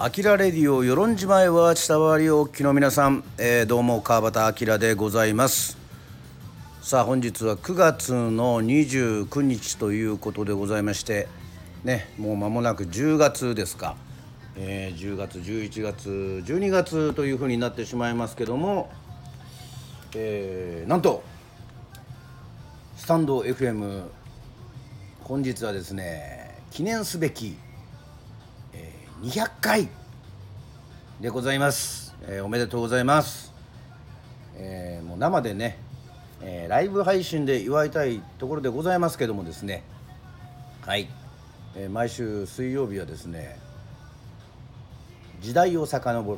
アキラレディオ与論島へは伝わりおきの皆さん、どうも川端明でございます。さあ本日は9月の29日ということでございましてね、もう間もなく10月ですか、10月11月12月というふうになってしまいますけども、なんとスタンド FM 本日はですね、記念すべき、200回でございます。おめでとうございます。もう生でね、ライブ配信で祝いたいところでございますけどもですね、はい、毎週水曜日はですね、時代を遡って、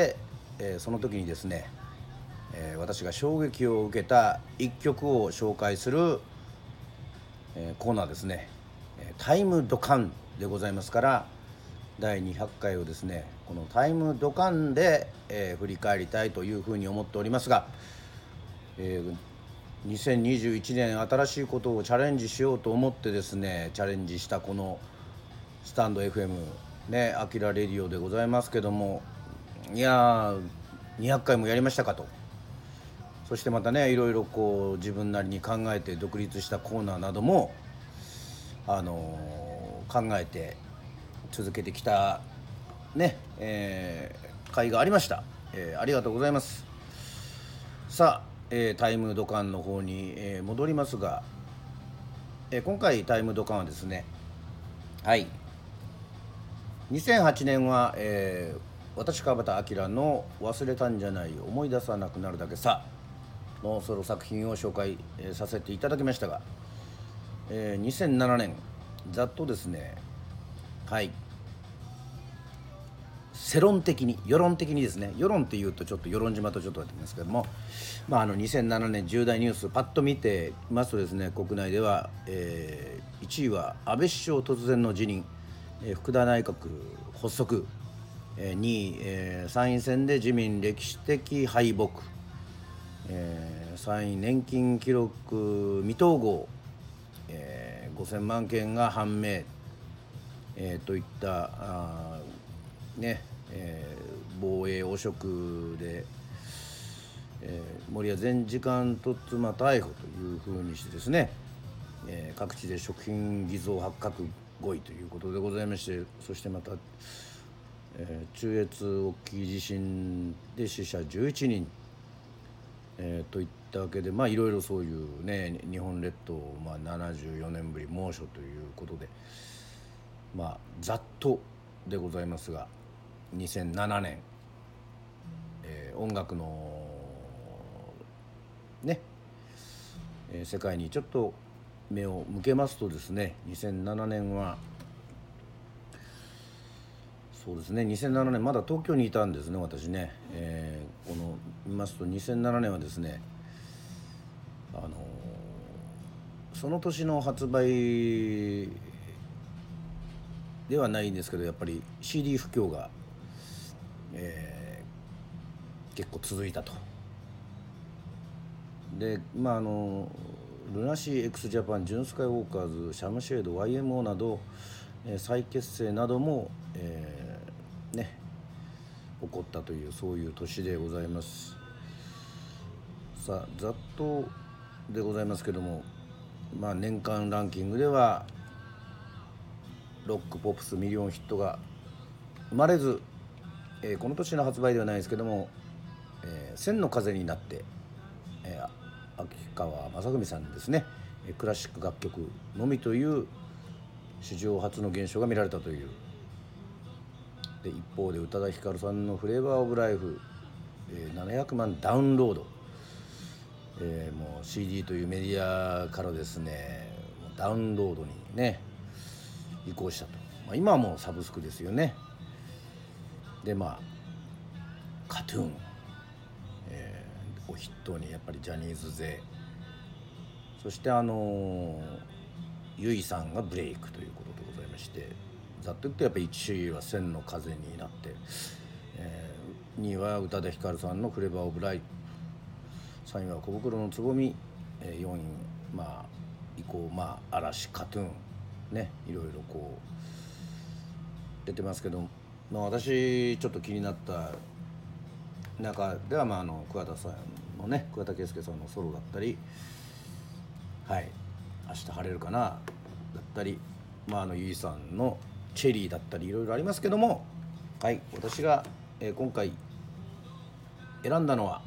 その時にですね、私が衝撃を受けた一曲を紹介する、コーナーですね、タイムドカンでございますから、第200回をですね、このタイムドカンで、振り返りたいというふうに思っておりますが、2021年新しいことをチャレンジしようと思ってですね、チャレンジしたこのスタンド FM ね、アキラレディオでございますけども、いや200回もやりましたかと。そしてまたね、いろいろこう自分なりに考えて独立したコーナーなども考えて続けてきたね、会がありました。ありがとうございます。さあ、タイムドカンの方に、戻りますが、今回タイムドカンはですね、はい2008年は、私川端明の忘れたんじゃない思い出さなくなるだけさのソロ作品を紹介、させていただきましたが、2007年ざっとですね、はい世論的にですね、世論っていうとちょっと与論島とちょっとやってますけども、2007年重大ニュースパッと見てますとですね、国内では、1位は安倍首相突然の辞任、福田内閣発足、2位、参院選で自民歴史的敗北、3位年金記録未統合、5000万件が判明、といったね、防衛汚職で、森屋前次官と妻逮捕というふうにしてですね、各地で食品偽造発覚5位ということでございまして、そしてまた、中越沖地震で死者11人、といったわけで、いろいろそういうね、日本列島、74年ぶり猛暑ということで、ざっとでございますが、2007年、音楽のね、世界にちょっと目を向けますとですね、2007年はそうですね、2007年まだ東京にいたんですね、私ね。この見ますと2007年はですね、その年の発売ではないんですけど、やっぱり CD 不況が、結構続いたと。でルナシー x ジャパン、ジュンスカイウォーカーズ、シャムシェード、 YMO など、再結成なども、起こったという、そういう年でございます。さあざっとでございますけども、年間ランキングではロックポップスミリオンヒットが生まれず、この年の発売ではないですけども、千の風になって、秋川雅史さんですね、クラシック楽曲のみという史上初の現象が見られたという。で一方で宇多田ヒカルさんのフレーバーオブライフ、700万ダウンロード、もう CD というメディアからですね、ダウンロードにね移行したと。今はもうサブスクですよね。でカトゥーン、を筆頭にやっぱりジャニーズ勢、そしてゆいさんがブレイクということでございまして、ざっと言ってやっぱり1位は千の風になって、2位は宇多田ヒカルさんのフレーバーオブライフ、3位は小袋のつぼみ、4位以降嵐カトゥーンね、いろいろこう出てますけど、 私ちょっと気になった中では、桑田さんのね、桑田佳祐さんのソロだったり、はい、明日晴れるかなだったり、ゆいさんのチェリーだったり、いろいろありますけども、はい、私が、今回選んだのは、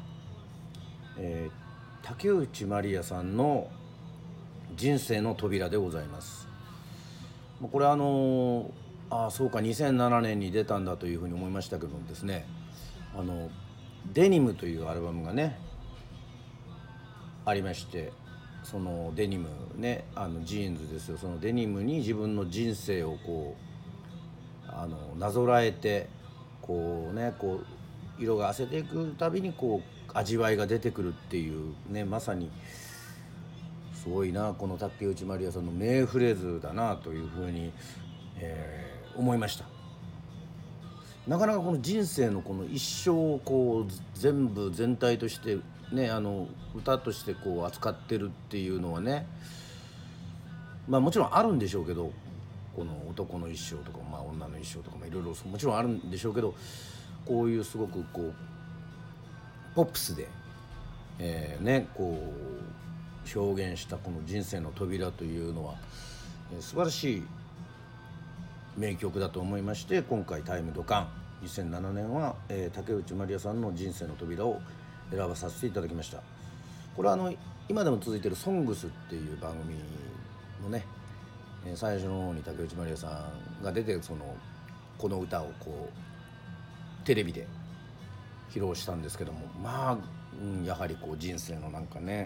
竹内まりやさんの人生の扉でございます。これそうか、2007年に出たんだというふうに思いましたけどもですね、デニムというアルバムがねありまして、そのデニムね、ジーンズですよ。そのデニムに自分の人生をこうなぞらえて、こう色が褪せていくたびにこう味わいが出てくるっていうね、まさにすごいな、この竹内まりやさんの名フレーズだなというふうに、思いました。なかなかこの人生のこの一生をこう全体としてね、歌としてこう扱ってるっていうのはね、もちろんあるんでしょうけど、この男の一生とか、女の一生とか、いろいろもちろんあるんでしょうけど、こういうすごくこうポップスで、こう表現したこの人生の扉というのは、素晴らしい名曲だと思いまして、今回タイムドカン2007年は、竹内まりやさんの人生の扉を選ばさせていただきました。これは今でも続いている「ソングスっていう番組のね、最初の方に竹内まりやさんが出て、この歌をこうテレビで披露したんですけども、やはりこう人生のなんかね、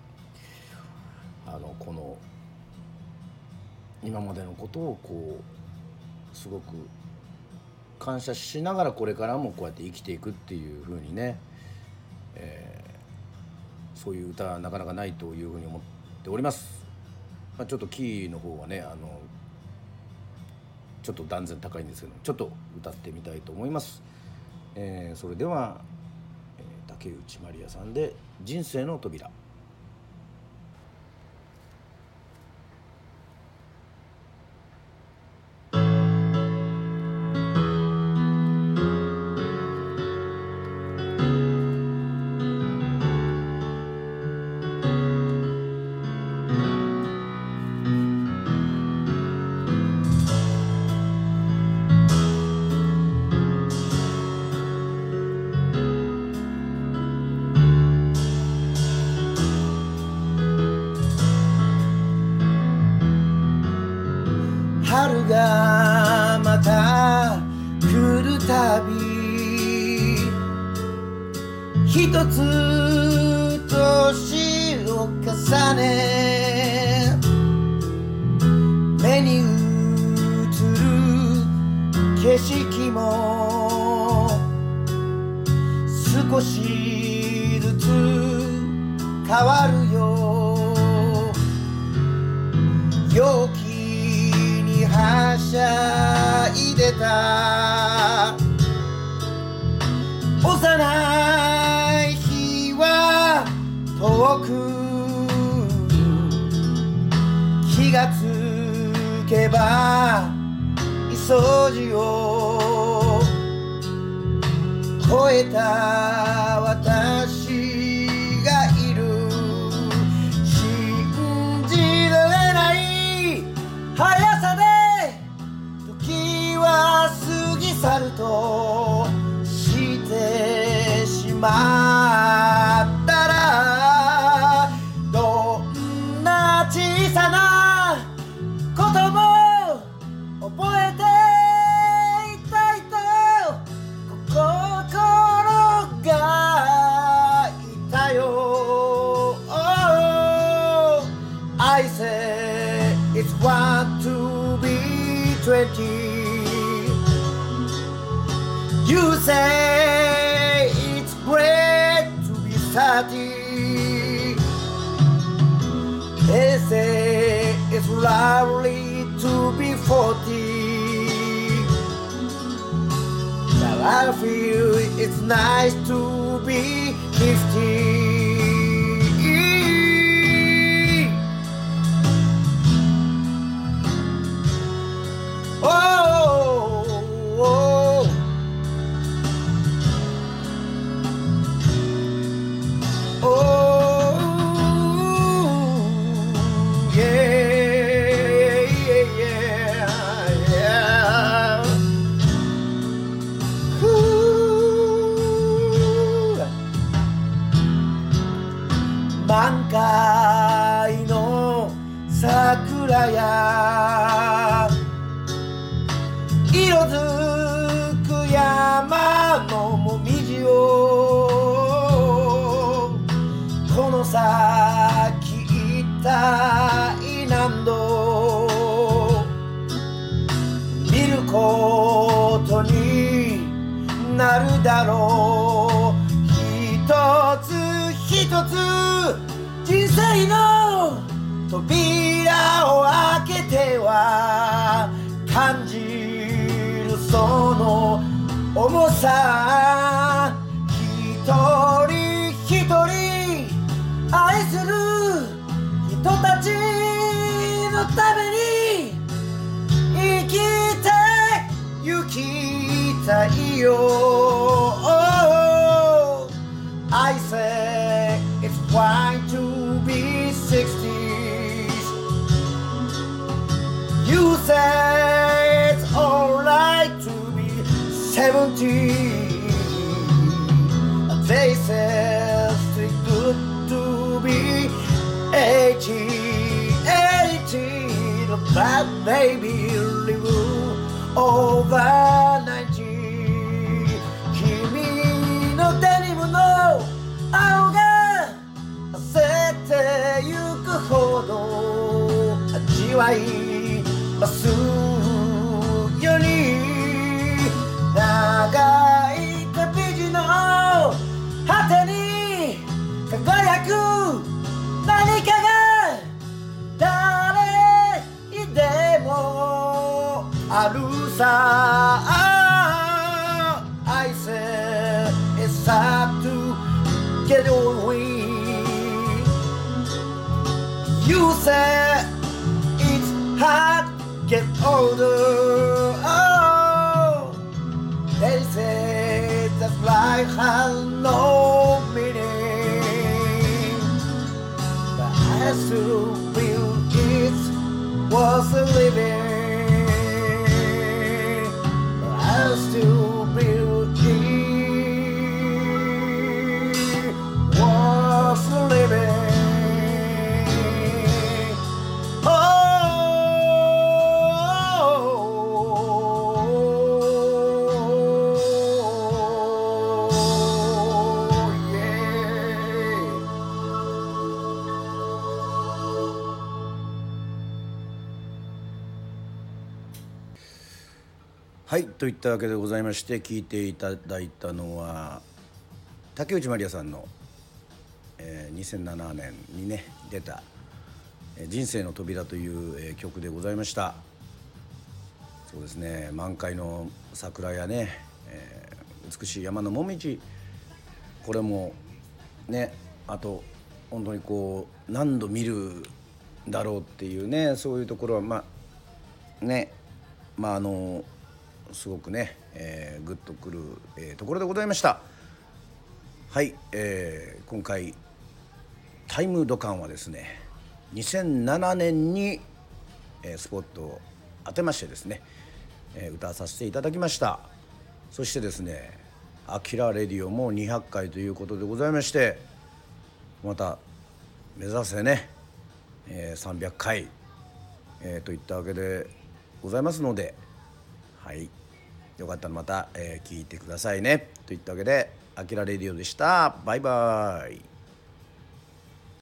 この今までのことをこうすごく感謝しながら、これからもこうやって生きていくっていう風にね、そういう歌はなかなかないというふうに思っております。ちょっとキーの方はね、ちょっと断然高いんですけど、ちょっと歌ってみたいと思います。それでは、竹内まりやさんで人生の扉。春がまた来るたび、一つ年を重ね、目に映る景色も少しずつ変わるよ。陽気はしゃいでた幼い日は遠く、気がつけば磯路を越えた私がいる。信じられない速さで時は過ぎ去るとしてしまったら、どんな小さなことも覚えていたいと心がいたよ。I say it's one to be 20. You say it's great to be 30. They say it's lovely to be 40. Now I feel it's nice to be 50. Oh, oh, oh. 空や色づく山のもみじをこの先一体何度見ることになるだろう。一つ一つ人生の扉を開けては感じるその重さ。一人一人愛する人たちのために生きてゆきたいよ。I say it's fine to be 60s. You say it's alright to be 70. They say it's good to be 80. But maybe live over 90. 君のデニムの青が焦ってゆくほど味わいますように。長い旅路の果てに輝く何かが誰にでもあるさ。I say it's time to get away. You say it's hard to get older. Oh, they say that life has no meaning, but I still feel it was a living. I still feel it was a living.はい、といったわけでございまして、聞いていただいたのは竹内まりやさんの、2007年にね出た「人生の扉」という、曲でございました。そうですね、満開の桜やね、美しい山のもみじ、これもね、あと本当にこう何度見るだろうっていうね、そういうところはすごくね、グッとくる、ところでございました。はい、今回タイムドカンはですね、2007年に、スポットを当てましてですね、歌わさせていただきました。そしてですね、アキラレディオも200回ということでございまして、また目指せね、300回、といったわけでございますので、はい、よかったらまた、聞いてくださいね。といったわけでアキラレディオでした。バイバイ。